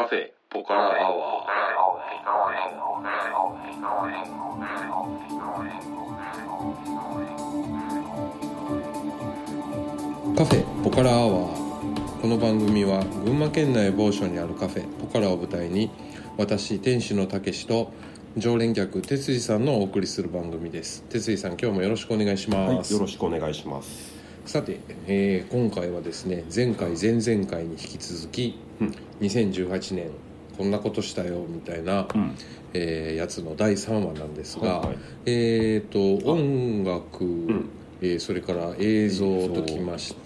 カフェポカラアワー。カフェポカラアワー。この番組は群馬県内某所にあるカフェポカラを舞台に、私店主のたけしと常連客哲司さんのお送りする番組です。哲司さん、今日もよろしくお願いします。 はい、よろしくお願いします。 さて、今回はですね、前回前々回に引き続き、2018年こんなことしたよみたいな、やつの第3話なんですが、音楽、それから映像ときまして、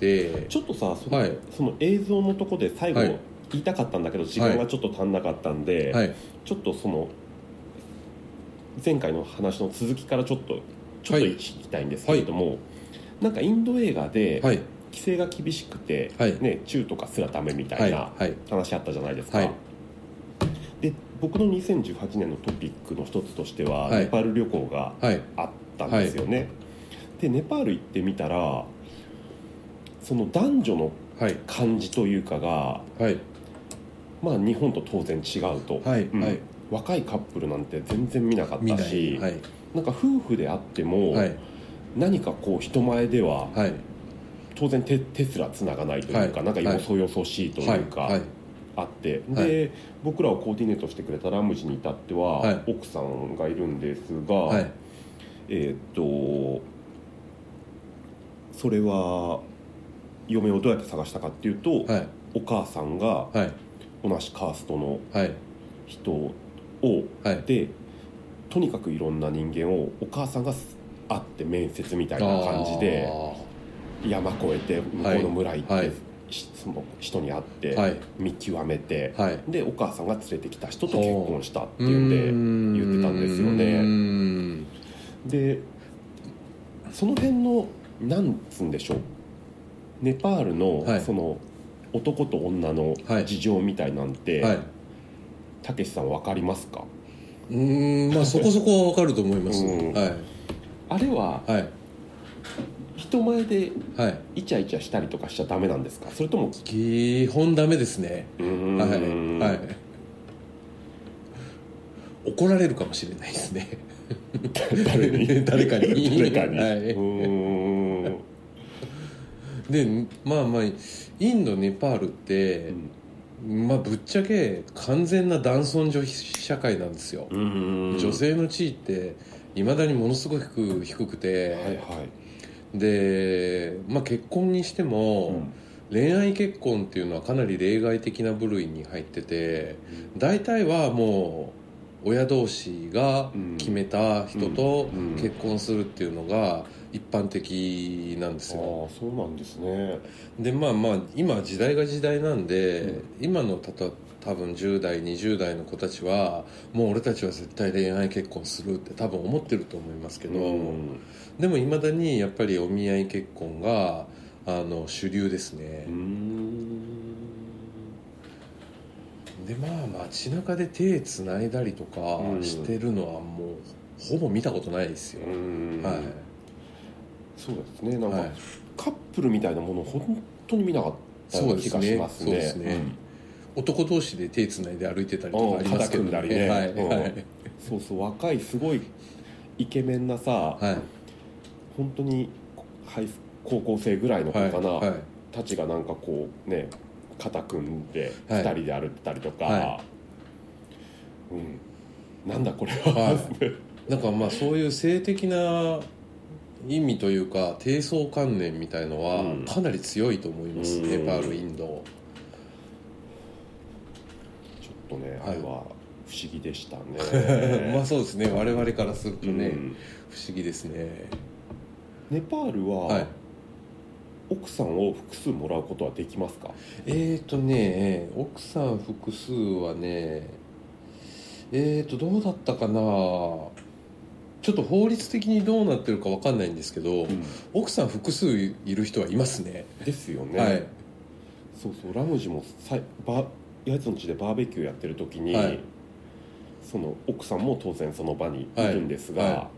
ちょっとさその映像のとこで最後言いたかったんだけど、時間がちょっと足んなかったんで、ちょっとその前回の話の続きからちょっと聞きたいんですけれども、なんかインド映画で規制が厳しくて、チューとかすらダメみたいな話あったじゃないですか。で、僕の2018年のトピックの一つとしては、ネパール旅行があったんですよね。で、ネパール行ってみたら、その男女の感じというかが、まあ日本と当然違うと、若いカップルなんて全然見なかったし、なんか夫婦であっても、何かこう人前では、当然手すらつながないというか、なんかよそよそしいというか、あって、で、僕らをコーディネートしてくれたラムジに至っては、奥さんがいるんですが、それは嫁をどうやって探したかっていうと、お母さんが同じカーストの人を、でとにかくいろんな人間をお母さんが会って面接みたいな感じで、山越えて向こうの村行って、その人に会って見極めて、でお母さんが連れてきた人と結婚したっていうんで言ってたんですよね。でその辺のなんつうんでしょう、ネパールのその男と女の事情みたいなんて、たけしさん分かりますか？ まあそこそこは分かると思います。 あれは、人前でイチャイチャしたりとかしちゃダメなんですか？それとも基本ダメですね。怒られるかもしれないですね。誰かにで、まあインドネパールって、まあぶっちゃけ完全な男尊女卑社会なんですよ。女性の地位っていまだにものすごく低くて、で、まあ、結婚にしても、恋愛結婚っていうのはかなり例外的な部類に入ってて、大体はもう親同士が決めた人と結婚するっていうのが一般的なんですよ。 そうなんですね。 で、まあ今時代が時代なんで、今の多分10代20代の子たちはもう俺たちは絶対恋愛結婚するって多分思ってると思いますけど、でもいまだにやっぱりお見合い結婚が主流ですね。で、まあ街中で手つないだりとかしてるのはもうほぼ見たことないですよ。 そうですね。なんかカップルみたいなものを本当に見なかったような気がしますね。そうですね。 男同士で手つないで歩いてたりとかありますけどね。 そうそう、若いすごいイケメンなさ、本当に高校生ぐらいの子かな、たちがなんかこうね、肩組んで2人で歩いてたりとか、なんだこれは、 なんかまあそういう性的な意味というか低層観念みたいのはかなり強いと思います、ネパール、インド。 ちょっとね、あれは不思議でしたね。まあそうですね、我々からするとね、不思議ですね。 ネパールは、奥さんを複数もらうことはできますか？ 奥さん複数はね、どうだったかな、ちょっと法律的にどうなってるか分かんないんですけど、奥さん複数いる人はいますね。 ですよね。そうそう、ラムジもやつの家でバーベキューやってる時に、その奥さんも当然その場にいるんですが、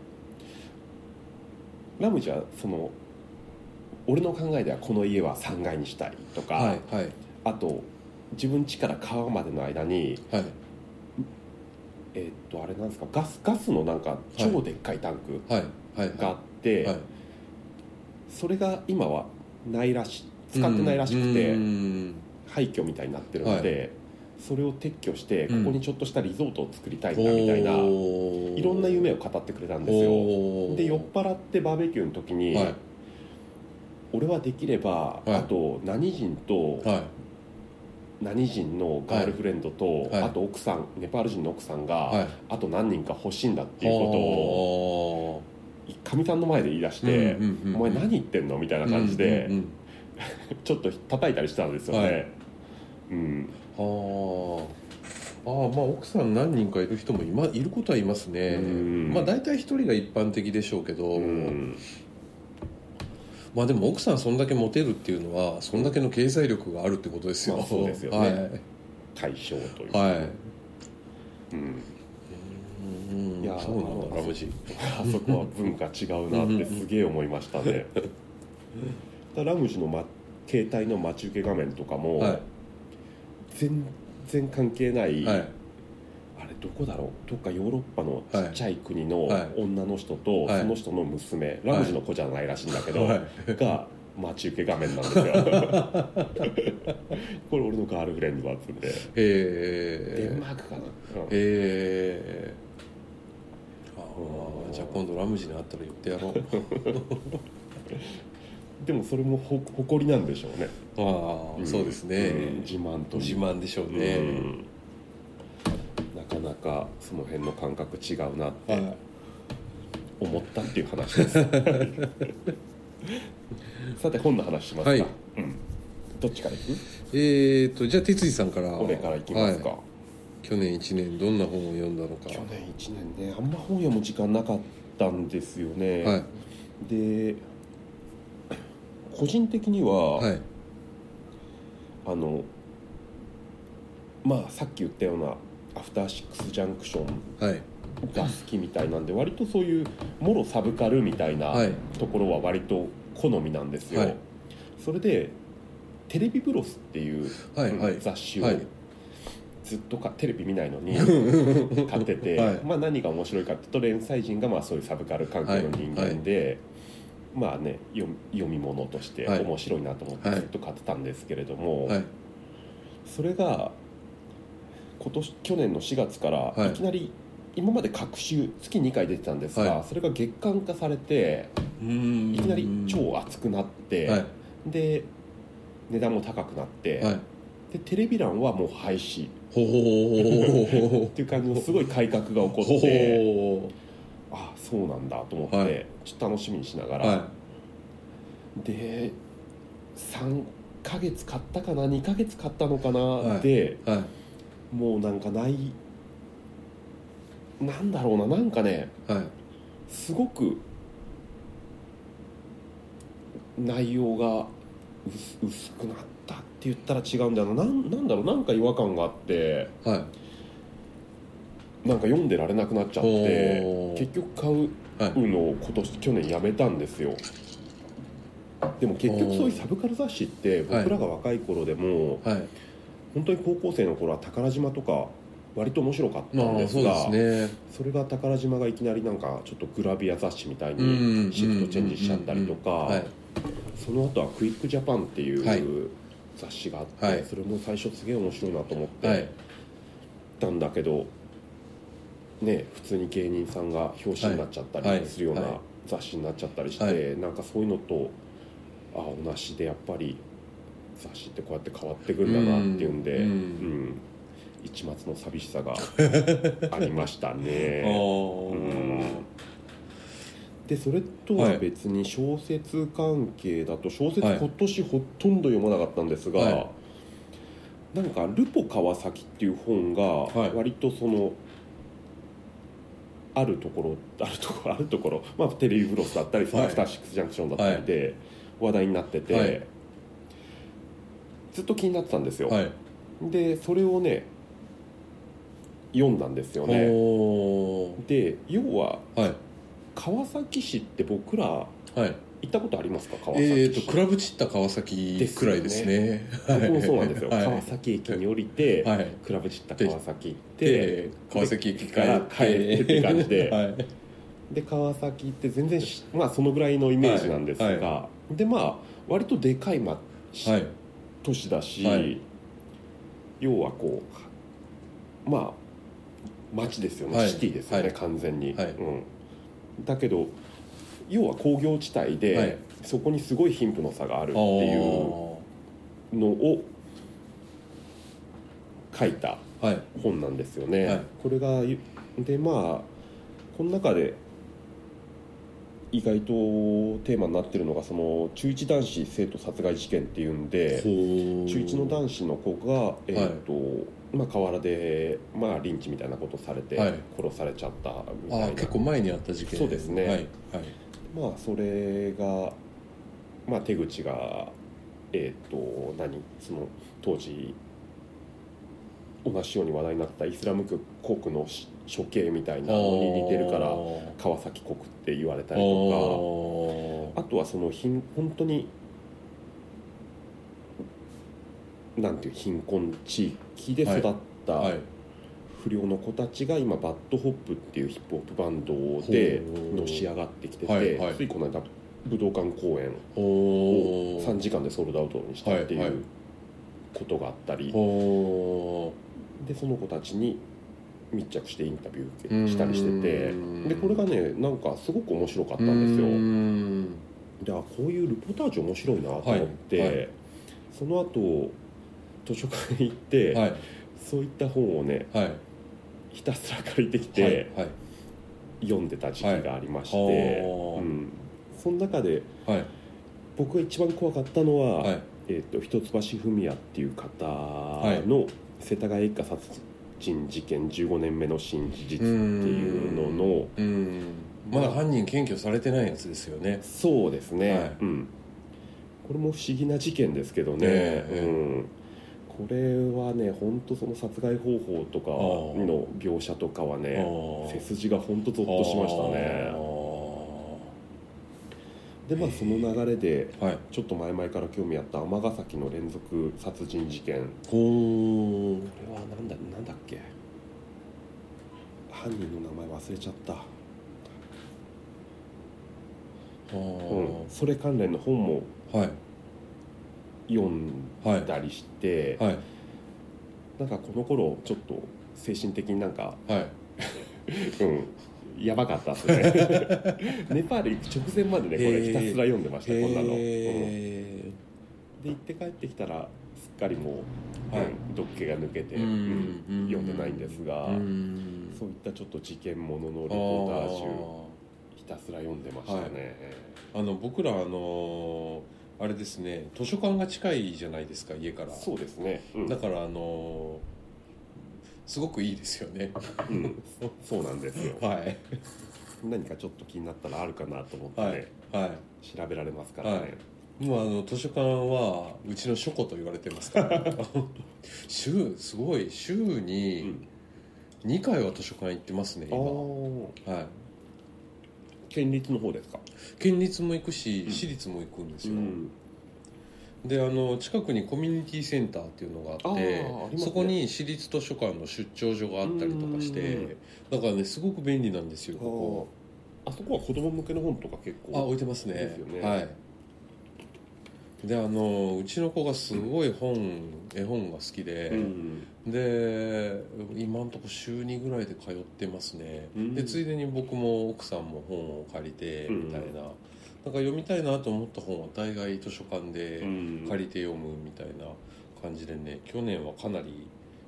ラムジはその俺の考えではこの家は3階にしたいとか、あと自分家から川までの間に、 はい、 あれなんですか、ガスのなんか超でっかいタンクがあって、はい、それが今はないらし使ってないらしくて廃墟みたいになってるので、はい、それを撤去してここにちょっとしたリゾートを作りたいんだみたいな、いろんな夢を語ってくれたんですよ。で酔っ払ってバーベキューの時に、はい、俺はできれば、はい、あと何人と、はい、何人のガールフレンドと、はい、あと奥さん、ネパール人の奥さんが、はい、あと何人か欲しいんだっていうことをかみさんの前で言い出して、お前何言ってんのみたいな感じで、ちょっと叩いたりしたんですよね、はい、うん、 まあ奥さん何人かいる人もいることはいますね。まあ大体一人が一般的でしょうけど、まあでも奥さんそんだけモテるっていうのはそんだけの経済力があるってことですよ。 まあ、そうですよね、はい、対象というか、はい、 いやそうなんだ、ラムジあそこは文化違うなってすげえ思いましたねラムジの、携帯の待ち受け画面とかも、はい、全然関係ない、はい、あれどこだろう、どっかヨーロッパのちっちゃい国の女の人と、はい、その人の娘、ラムジの子じゃないらしいんだけど、はい、が待ち受け画面なんですよこれ俺のガールフレンドだっつって、デンマークかな、 じゃあ今度ラムジに会ったら言ってやろうでもそれも誇りなんでしょうね。 そうですね、 自慢と自慢でしょうね、 なかなかその辺の感覚違うなって思ったっていう話ですさて本の話しますか、はい、どっちからいく？ じゃあ哲司さんから俺からいきますか、 去年1年どんな本を読んだのか。 去年1年ね、あんま本読む時間なかったんですよね、はい、で個人的には、はい、まあさっき言ったようなアフターシックスジャンクションが好きみたいなんで、割とそういうもろサブカルみたいなところは割と好みなんですよ、はい、それでテレビブロスっていう雑誌をずっとテレビ見ないのに買ってて、はい、まあ何が面白いかっていうと連載人がまあそういうサブカル関係の人間で、はいはい、まあね、読み物として面白いなと思ってずっと買ってたんですけれども、はい、それが去年の4月からいきなり、今まで各週月2回出てたんですが、それが月間化されていきなり超熱くなって、で値段も高くなって、でテレビ欄はもう廃止っていう感じのすごい改革が起こってあ、そうなんだと思って、ちょっと楽しみにしながら、で3ヶ月買ったかな2ヶ月買ったのかな、で、もうなんかなんだろうな、なんかね、すごく内容が薄くなったって言ったら違うんだよな、なんだろう、なんか違和感があって、なんか読んでられなくなっちゃって結局買うのを去年やめたんですよ。でも結局そういうサブカル雑誌って僕らが若い頃でも、本当に高校生の頃は宝島とか割と面白かったんですが、それが宝島がいきなりなんかちょっとグラビア雑誌みたいにシフトチェンジしちゃったりとか、その後はクイックジャパンっていう雑誌があって、それも最初すげえ面白いなと思ってたんだけどね、普通に芸人さんが表紙になっちゃったりするような雑誌になっちゃったりして、なんかそういうのと同じでやっぱり雑誌ってこうやって変わってくるんだなっていうんで、一抹の寂しさがありましたねでそれとは別に小説関係だと、小説今年ほとんど読まなかったんですが、なんかルポ川崎っていう本が割とその、あるところ、まあ、テレビブロスだったり、アフターシックスジャンクションだったりで話題になってて、ずっと気になってたんですよ、でそれをね読んだんですよね。で要は、川崎市って僕ら行ったことありますか、川崎？ クラブチッタ川崎くらいですね。 僕もそうなんですよ、 はい、 川崎駅に降りて、はい、クラブチッタ川崎行って川崎駅から帰ってって感じで、 はい、 で川崎って全然まあそのぐらいのイメージなんですが、はいはい、でまあ割とでかい、はい、都市だし、はい、要はこうまあ街ですよね、はい、シティですよね、はい、完全に、はい、だけど要は工業地帯で、はい、そこにすごい貧富の差があるっていうのを書いた本なんですよね、はい、これがでまあこの中で意外とテーマになってるのがその中1男子生徒殺害事件っていうんで、中1の男子の子が、まあ、河原で、まあ、リンチみたいなことされて殺されちゃったみたいな、 結構前にあった事件。 そうですね、 はいはい、 まあそれが、まあ、手口がその当時同じように話題になったイスラム国の処刑みたいなのに似てるから川崎国って言われたりとか、あとはその本当になんていう貧困地域で育った不良の子たちが今バッドホップっていうヒップホップバンドでのし上がってきてて、ついこの間武道館公演を3時間でソールドアウトにしたっていうことがあったり、でその子たちに密着してインタビューしたりしてて、でこれがねなんかすごく面白かったんですよ。でこういうルポタージュ面白いなと思って、はいはい、その後図書館に行って、はい、そういった本をね、はい、ひたすら借りてきて、はいはい、読んでた時期がありまして、はいその中で、はい、僕が一番怖かったのは、はい一橋文也っていう方の世田谷一家殺人事件15年目の新事実っていうののまだ犯人検挙されてないやつですよね。 そうですね、はいこれも不思議な事件ですけどね、これはね本当その殺害方法とかの描写とかはね背筋が本当ゾッとしましたね。でまあその流れでちょっと前々から興味あった尼崎の連続殺人事件、これはなんだっけ、犯人の名前忘れちゃった。それ関連の本も読んだりして、はいはい、なんかこの頃ちょっと精神的になんか、やばかったっすねネパール行く直前までねこれひたすら読んでました、こんなの、で行って帰ってきたらすっかりもう、毒気が抜けて、読んでないんですが、そういったちょっと事件もののレポータージュひたすら読んでましたね、 僕らあれですね図書館が近いじゃないですか家から。 そうですね、 だからすごくいいですよね、 そうなんですよ、はい、何かちょっと気になったらあるかなと思ってね、調べられますからね、 もう図書館はうちの書庫と言われてますからすごい週に2回は図書館行ってますね今、 県立の方ですか？ 県立も行くし、私立も行くんですよ、で近くにコミュニティセンターっていうのがあって、ね、そこに私立図書館の出張所があったりとかしてだからねすごく便利なんですよここ。 あそこは子供向けの本とか結構置いてますね。ですよね。はい。でうちの子がすごい絵本が好きで、で今んとこ週2ぐらいで通ってますね、でついでに僕も奥さんも本を借りてみたいな、なんか読みたいなと思った本は大概図書館で借りて読むみたいな感じでね、去年はかなり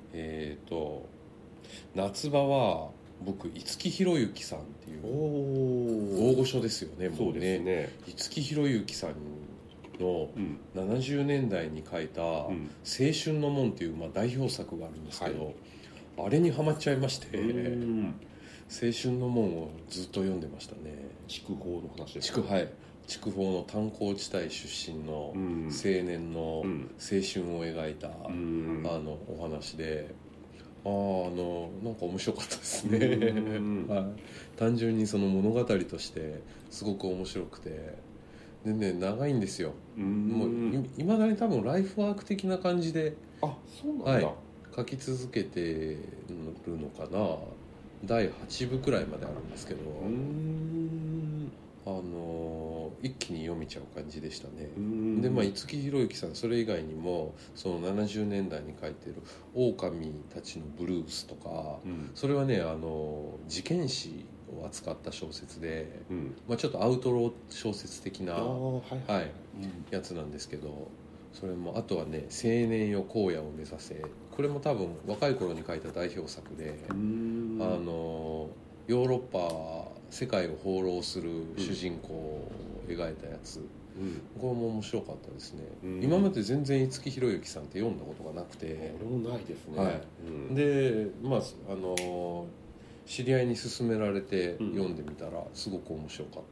夏場は僕五木ひろゆきさんっていう大御所ですよね。もうね、五木ひろゆきさんの70年代に書いた「青春の門」っていう代表作があるんですけど、あれにハマっちゃいまして、青春の門をずっと読んでましたね。 筑豊の話ですか？ はい、筑豊の炭鉱地帯出身の青年の青春を描いたお話で、なんか面白かったですね単純にその物語としてすごく面白くて、 でね長いんですよ。もういまだに多分ライフワーク的な感じで、 あ、そうなんだ、 書き続けてるのかな。第8部くらいまであるんですけど、一気に読めちゃう感じでしたね。で五木ひろゆきさんそれ以外にもその70年代に書いてる「狼たちのブルース」とか、それはね事件史を扱った小説で、ちょっとアウトロー小説的な、やつなんですけど、それもあとはね「青年よ荒野を目指せ」、これも多分若い頃に書いた代表作で、ヨーロッパ世界を放浪する主人公を描いたやつ、これも面白かったですね。今まで全然五木ひろゆきさんって読んだことがなくて、 俺もないですね、 で知り合いに勧められて読んでみたらすごく面白かった。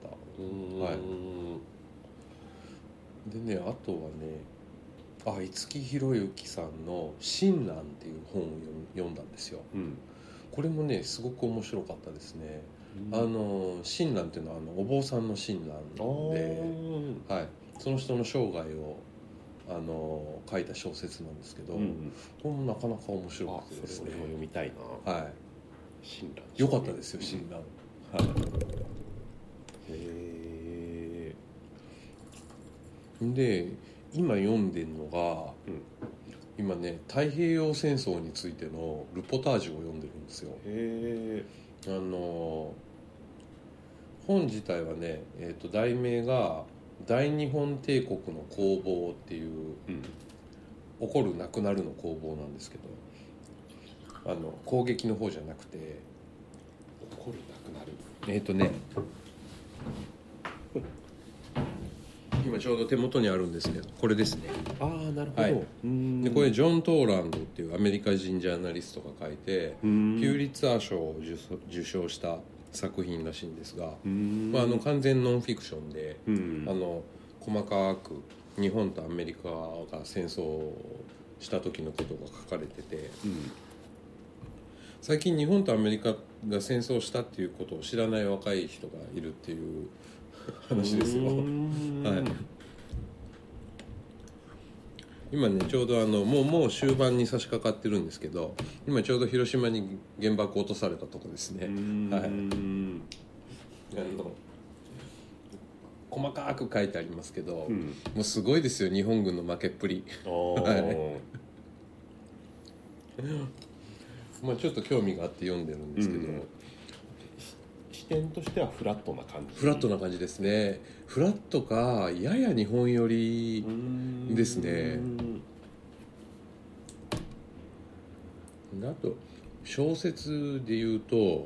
でね、あとはね、五木ひろゆきさんの「親鸞」っていう本を読んだんですよ。これもねすごく面白かったですね。親鸞っていうのはお坊さんの親鸞で、その人の生涯を書いた小説なんですけど、これもなかなか面白くてですね。 それも読みたいな。親鸞よかったですよ、親鸞。で今読んでるのが、今ね太平洋戦争についてのルポタージュを読んでるんですよ。本自体はね、題名が大日本帝国の攻防っていう、起こるなくなるの攻防なんですけど、攻撃の方じゃなくて起こるなくなる、 今ちょうど手元にあるんですけど、これですね。 なるほど、 でこれジョン・トーランドっていうアメリカ人ジャーナリストが書いてピューリッツァー賞を受賞した作品らしいんですが、完全ノンフィクションで、細かく日本とアメリカが戦争した時のことが書かれてて、最近日本とアメリカが戦争したっていうことを知らない若い人がいるっていう話ですよ。今ねちょうどもう終盤に差し掛かってるんですけど、今ちょうど広島に原爆落とされたとこですね。細かく書いてありますけど、もうすごいですよ日本軍の負けっぷり。ちょっと興味があって読んでるんですけど、 視点としてはフラットな感じ。 フラットな感じですね。フラットかやや日本寄りですね。あと小説で言うと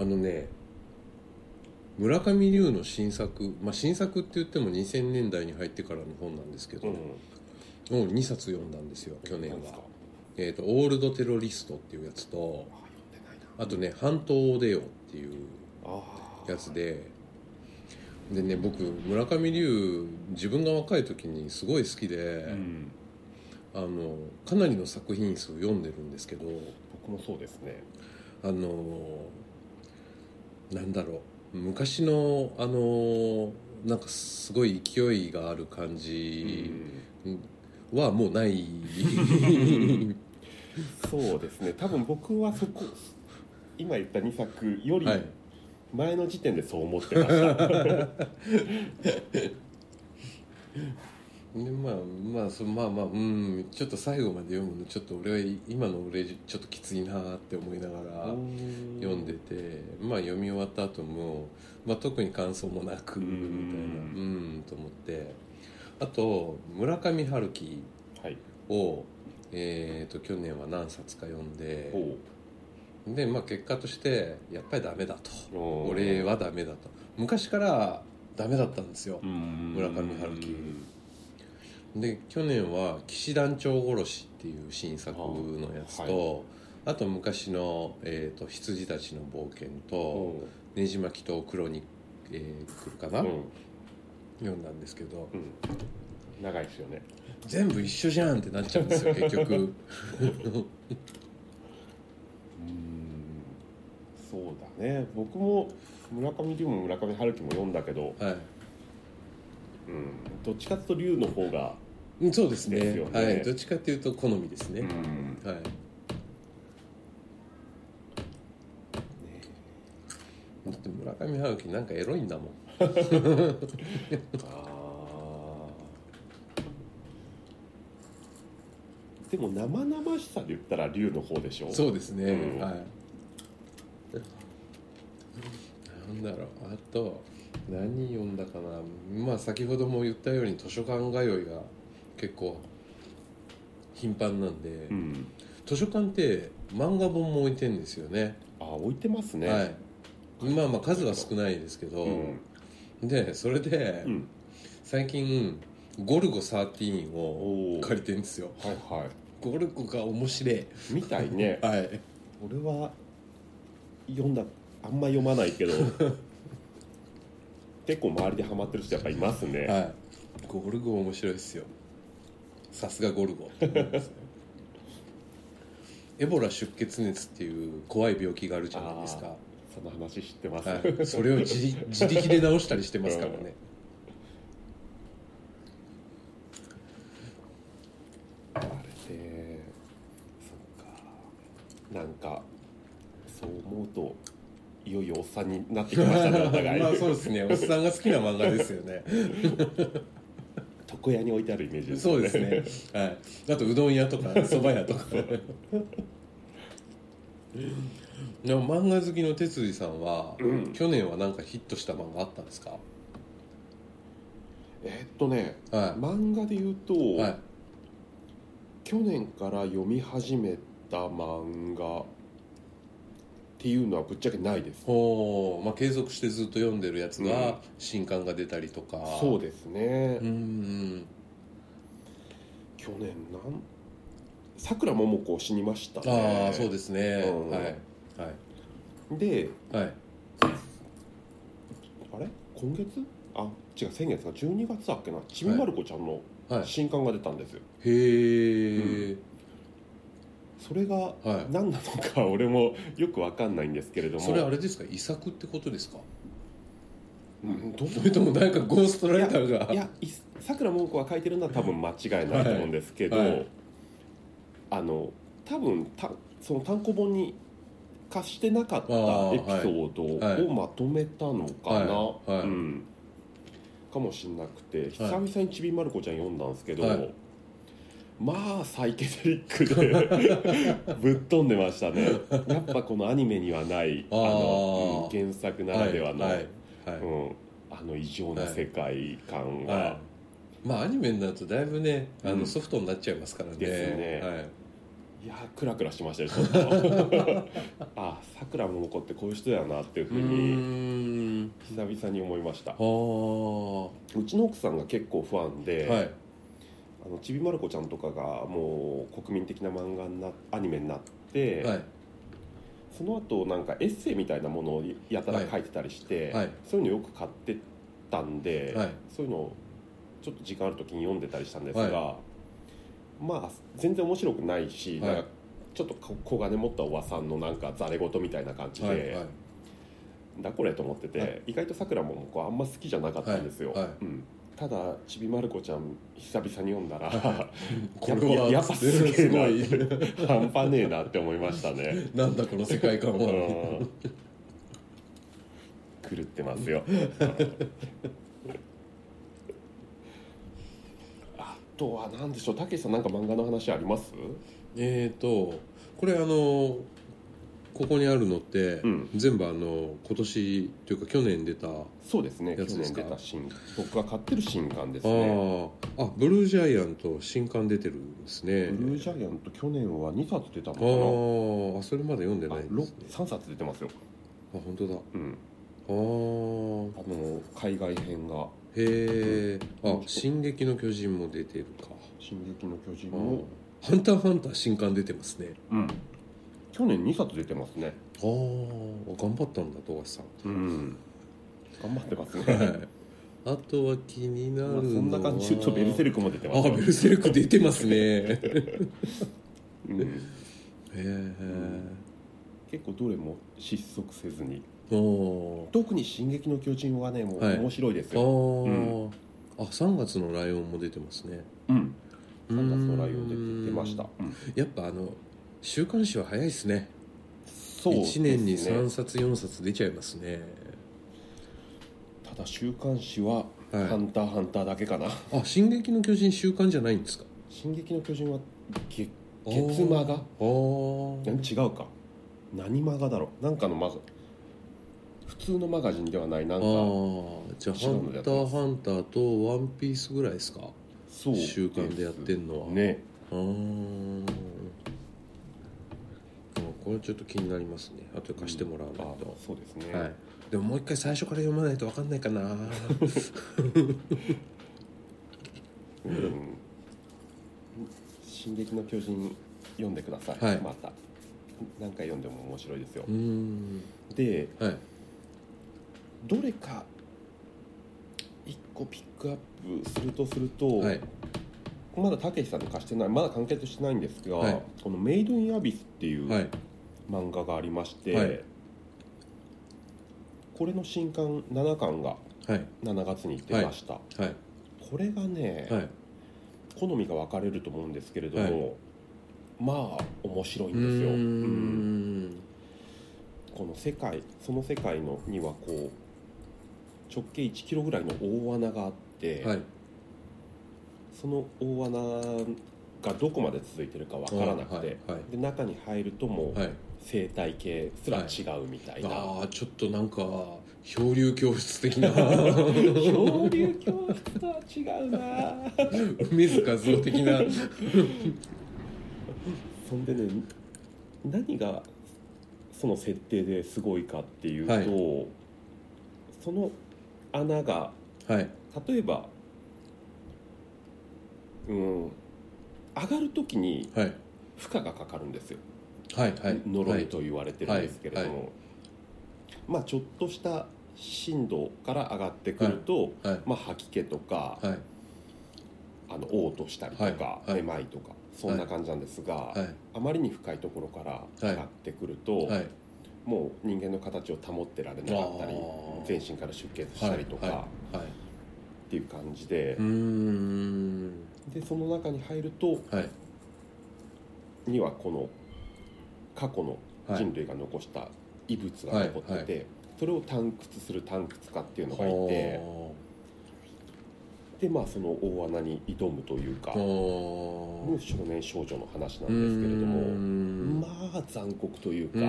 村上龍の新作、新作って言っても2000年代に入ってからの本なんですけど、もう2冊読んだんですよ去年は。オールドテロリストっていうやつと、あとね半島を出よっていうやつでね、僕村上龍自分が若い時にすごい好きで、かなりの作品数読んでるんですけど、 僕もそうですね。 なんだろう、昔のなんかすごい勢いがある感じはもうないそうですね、多分僕は今言った2作より前の時点でそう思ってました、 でちょっと最後まで読むのちょっと俺は今の俺ちょっときついなって思いながら読んでて、読み終わった後も、特に感想もなくみたいなと思って、あと村上春樹を、去年は何冊か読んで、で結果としてやっぱりダメだと、俺はダメだと、昔からダメだったんですよ村上春樹で。去年は騎士団長殺しっていう新作のやつと、あと昔の、羊たちの冒険とねじ巻きとクロニクルかな、読んだんですけど、 長いですよね。 全部一緒じゃんってなっちゃうんですよ結局そうだね、僕も村上龍も村上春樹も読んだけど、 どっちかというと龍の方がそうですね、 ですよね。 はい、どっちかというと好みですね、はい。だって村上春樹なんかエロいんだもんでも生々しさで言ったら龍の方でしょ。 そうですね、はい。なんだろう、あと何読んだかな。まあ先ほども言ったように図書館通いが結構頻繁なんで、図書館って漫画本も置いてるんですよね。 置いてますね。 はい。まあ数は少ないですけど、でそれで、最近ゴルゴ13を借りてるんですよ。ゴルゴが面白いみたいね。 はい。 俺はあんま読まないけど結構周りでハマってる人やっぱいますね。 はい。ゴルゴ面白いですよ。さすがゴルゴエボラ出血熱っていう怖い病気があるじゃないですか。 その話知ってます、 はい、それを自力で治したりしてますからね、 あれでそっか、なんかそう思うといよいよおっさんになってきましたねお互いまあそうですね、おっさんが好きな漫画ですよね床屋に置いてあるイメージですね。そうですね、はい、あとうどん屋とか蕎麦屋とかでも漫画好きの哲司さんは、去年は何かヒットした漫画あったんですか？ 漫画で言うと、去年から読み始めた漫画っていうのはぶっちゃけないです。 継続してずっと読んでるやつが、新刊が出たりとか。 そうですね。去年さくらももこ死にましたね。 そうですね、 で、あれ今月違う、先月か12月だっけな、ちびまる子ちゃんの新刊が出たんですよ。 へえ、 それが何なのか俺もよく分かんないんですけれども。 それあれですか、遺作ってことですか？それともなんかゴーストライターが。 いやさくらももこが書いてるのは多分間違いないと思うんですけど、多分その単行本に貸してなかったエピソードをまとめたのかな、かもしれなくて、久々にちびまる子ちゃん読んだんですけど、まあサイケデリックでぶっ飛んでましたね。やっぱこのアニメにはない原作ならではの異常な世界観が、 アニメになるとだいぶねソフトになっちゃいますからね。 ですね。いやクラクラしましたよちょっとさくらももこってこういう人やなっていうふうに久々に思いました。うちの奥さんが結構ファンで、ちびまる子ちゃんとかがもう国民的なアニメになって、その後なんかエッセイみたいなものをやたら書いてたりして、そういうのよく買ってたんで、そういうのをちょっと時間ある時に読んでたりしたんですが、全然面白くないし、なんかちょっと小金持ったおばさんのなんかざれ言みたいな感じで、だこれと思ってて、意外とさくらももこあんま好きじゃなかったんですよ。ただちびまる子ちゃん久々に読んだらやっぱすげえな半端ねえなって思いましたね。 なんだこの世界観は狂ってますよあとは何でしょう、たけしさんなんか漫画の話あります？ これここにあるのって、全部今年というか去年出たやつですか？ そうですね、去年出た僕が買ってる新刊ですね。 ブルージャイアント新刊出てるんですね。 ブルージャイアント去年は2冊出たのかな。 それまで読んでないですね。 3冊出てますよ。 本当だ。 海外編が。 へえ。進撃の巨人も出てるか。 進撃の巨人もハンターハンター新刊出てますね。 去年2冊出てますね。 頑張ったんだ富樫さん。 頑張ってますね。 あとは気になるのは、 そんな感じで言うとベルセルクも出てます。 ベルセルク出てますね結構どれも失速せずに、特に進撃の巨人はねもう面白いですよ。 あ、3月のライオンも出てますね。 3月のライオン出ました。 やっぱ週刊誌は早いですね。 そうですね。 1年に3冊4冊出ちゃいますね。 ただ週刊誌はハンターハンターだけかな。 あ、進撃の巨人週刊じゃないんですか？ 進撃の巨人は月マガ？違うか。何マガだろう。なんかのマガ、普通のマガジンではない。なんかじゃあハンターハンターとワンピースぐらいですか？ そう週刊でやってんのはね。 これちょっと気になりますね。あとで貸してもらわないと。 そうですね、 はい、でももう一回最初から読まないと分かんないかな進撃の巨人読んでください、 はい、 また何回読んでも面白いですよ。 で、はい、 どれか1個ピックアップすると、はい、まだたけしさんに貸してない、まだ完結してないんですが、はい、このメイドインアビスっていう漫画がありまして、はい、これの新刊7巻が7月に出ました、はいはい、これがね、はい、好みが分かれると思うんですけれども、はい、まあ面白いんですよ。このその世界のにはこう直径1キロぐらいの大穴があって、はい、その大穴がどこまで続いてるか分からなくて、はいはい、で中に入るともう生態系すら違うみたいな、 はい、ちょっとなんか漂流教室的な漂流教室とは違うな梅津和夫的なそんでね、何がその設定ですごいかっていうと、はい、その穴が、はい、例えば上がる時に負荷がかかるんですよ、はいはい、呪いと言われてるんですけれども、はいはい、まあちょっとした振動から上がってくると、はいはい、まあ、吐き気とか、はい、嘔吐したりとか、めまいとかそんな感じなんですが、はい、あまりに深いところから上がってくると、はい、もう人間の形を保ってられなかったり全身から出血したりとか、はいはいはい、っていう感じで、でその中に入ると、はい、にはこの過去の人類が残した遺物が残ってて、はいはい、それを探掘する探掘家っていうのがいて、でまあその大穴に挑むというかの少年少女の話なんですけれども、まあ残酷というか、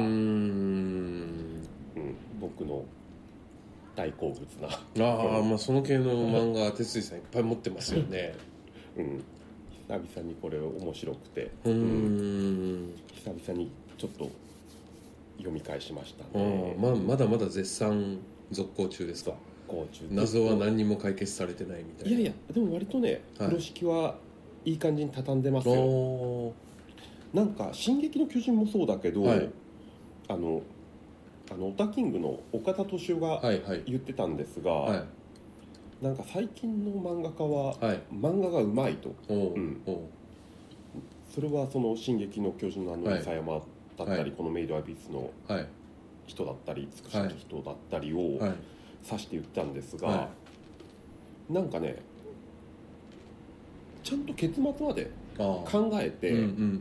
僕の大好物なまあその系の漫画哲司さんいっぱい持ってますよね久々にこれ面白くて、久々にちょっと読み返しましたね。 まだまだ絶賛続行中ですか？謎は何にも解決されてないみたいな。 いやでも割とね、風呂敷はいい感じに畳んでますよ。なんか「進撃の巨人」もそうだけど、はい、オタキングの岡田斗司夫が言ってたんですが、はいはい、なんか最近の漫画家は、漫画がうまいと、それはその「進撃の巨人」の伊佐山だったり、このメイドアビスの人だったり、つくしき人だったりを指して言ったんですが、なんかねちゃんと結末まで考えて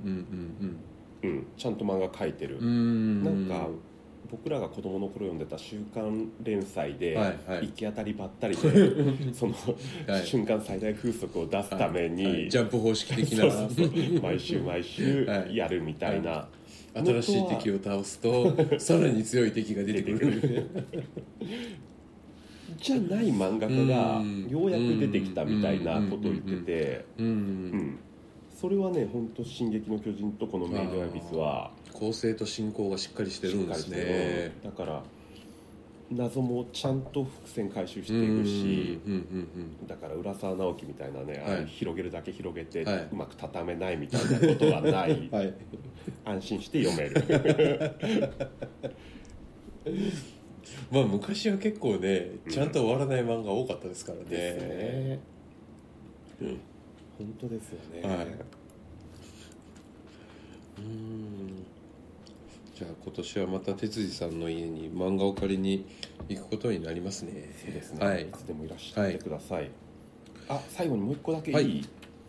ちゃんと漫画描いてる。なんか僕らが子供の頃読んでた週刊連載で、行き当たりばったりでその瞬間最大風速を出すために、 ジャンプ方式的な毎週やるみたいな、 新しい敵を倒すとさらに強い敵が出てくるじゃない漫画家がようやく出てきたみたいなことを言ってて、それはね本当進撃の巨人とこのメイドアビスは構成と進行がしっかりしてるんですね。 だから謎もちゃんと伏線回収していくし、だから浦沢直樹みたいなね、広げるだけ広げて、うまく畳めないみたいなことはない、安心して読めるまあ昔は結構ねちゃんと終わらない漫画多かったですからね。ですね、 本当ですよね。 じゃあ今年はまた哲司さんの家に漫画を借りに行くことになりますね。 そうですね、いつでもいらっしゃってください。 最後にもう一個だけいい、 はい、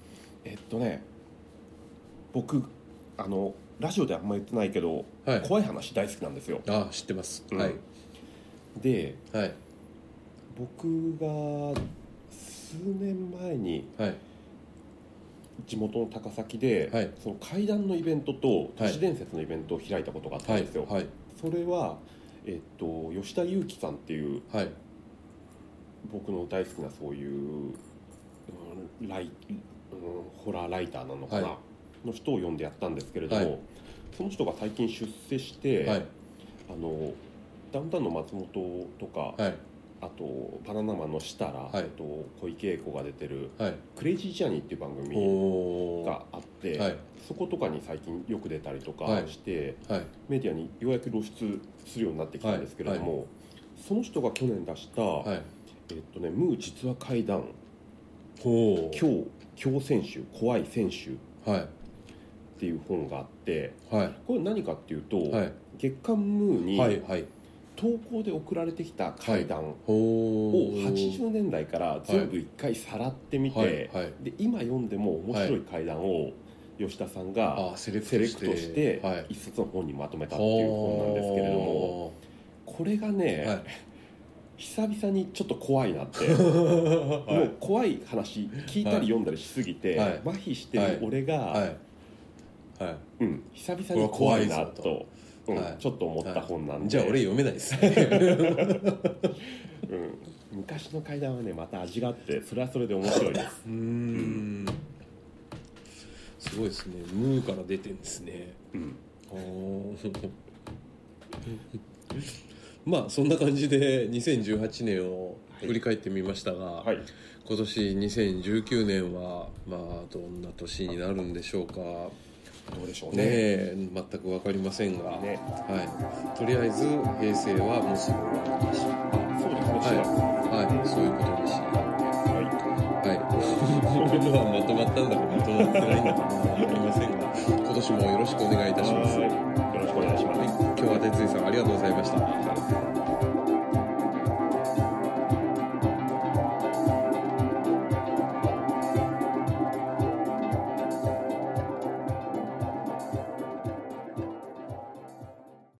僕ラジオであんま言ってないけど、はい、怖い話大好きなんですよ。 知ってます、 はい。で、はい、僕が数年前に、はい、地元の高崎で、はい、その怪談のイベントと都市伝説のイベントを開いたことがあったんですよ、はいはい、それは、吉田裕樹さんっていう、はい、僕の大好きなそういう、ホラーライターなのかな、はい、の人を呼んでやったんですけれども、はい、その人が最近出世して、はい、ダウンタウンの松本とか、はい、あとバナナマンの設楽、はい、小池栄子が出てる、はい、クレイジージャーニーっていう番組があって、はい、そことかに最近よく出たりとかして、はいはい、メディアにようやく露出するようになってきたんですけれども、はいはい、その人が去年出した、はい、ムー実話怪談狂選手怖い選手、はい、っていう本があって、はい、これ何かっていうと、はい、月刊ムーに、はいはい、投稿で送られてきた怪談を80年代から全部一回さらってみて、はいはい、で今読んでも面白い怪談を吉田さんがセレクトして一冊の本にまとめたっていう本なんですけれども、これがね、はい、久々にちょっと怖いなってもう怖い話聞いたり読んだりしすぎて、はい、麻痺してる俺が、はいはい、久々に怖いなと、はい、ちょっと思った本なんで、 じゃあ俺読めないですね、 昔の怪談はねまた味があってそれはそれで面白いです。 すごいですね。ムーから出てるんですね。まあそんな感じで2018年を振り返ってみましたが、はい、今年2019年はまあどんな年になるんでしょうか。 どうでしょうね。 全く分かりませんが、ね、はい、とりあえず平成はもうすぐ終わりだし、 そうですね、 はい、そういうことです。はい、これはまとまったんだかまとまってないんだか分かりませんが、今年もよろしくお願いいたします。 よろしくお願いします。 はい、今日は哲井さんありがとうございました。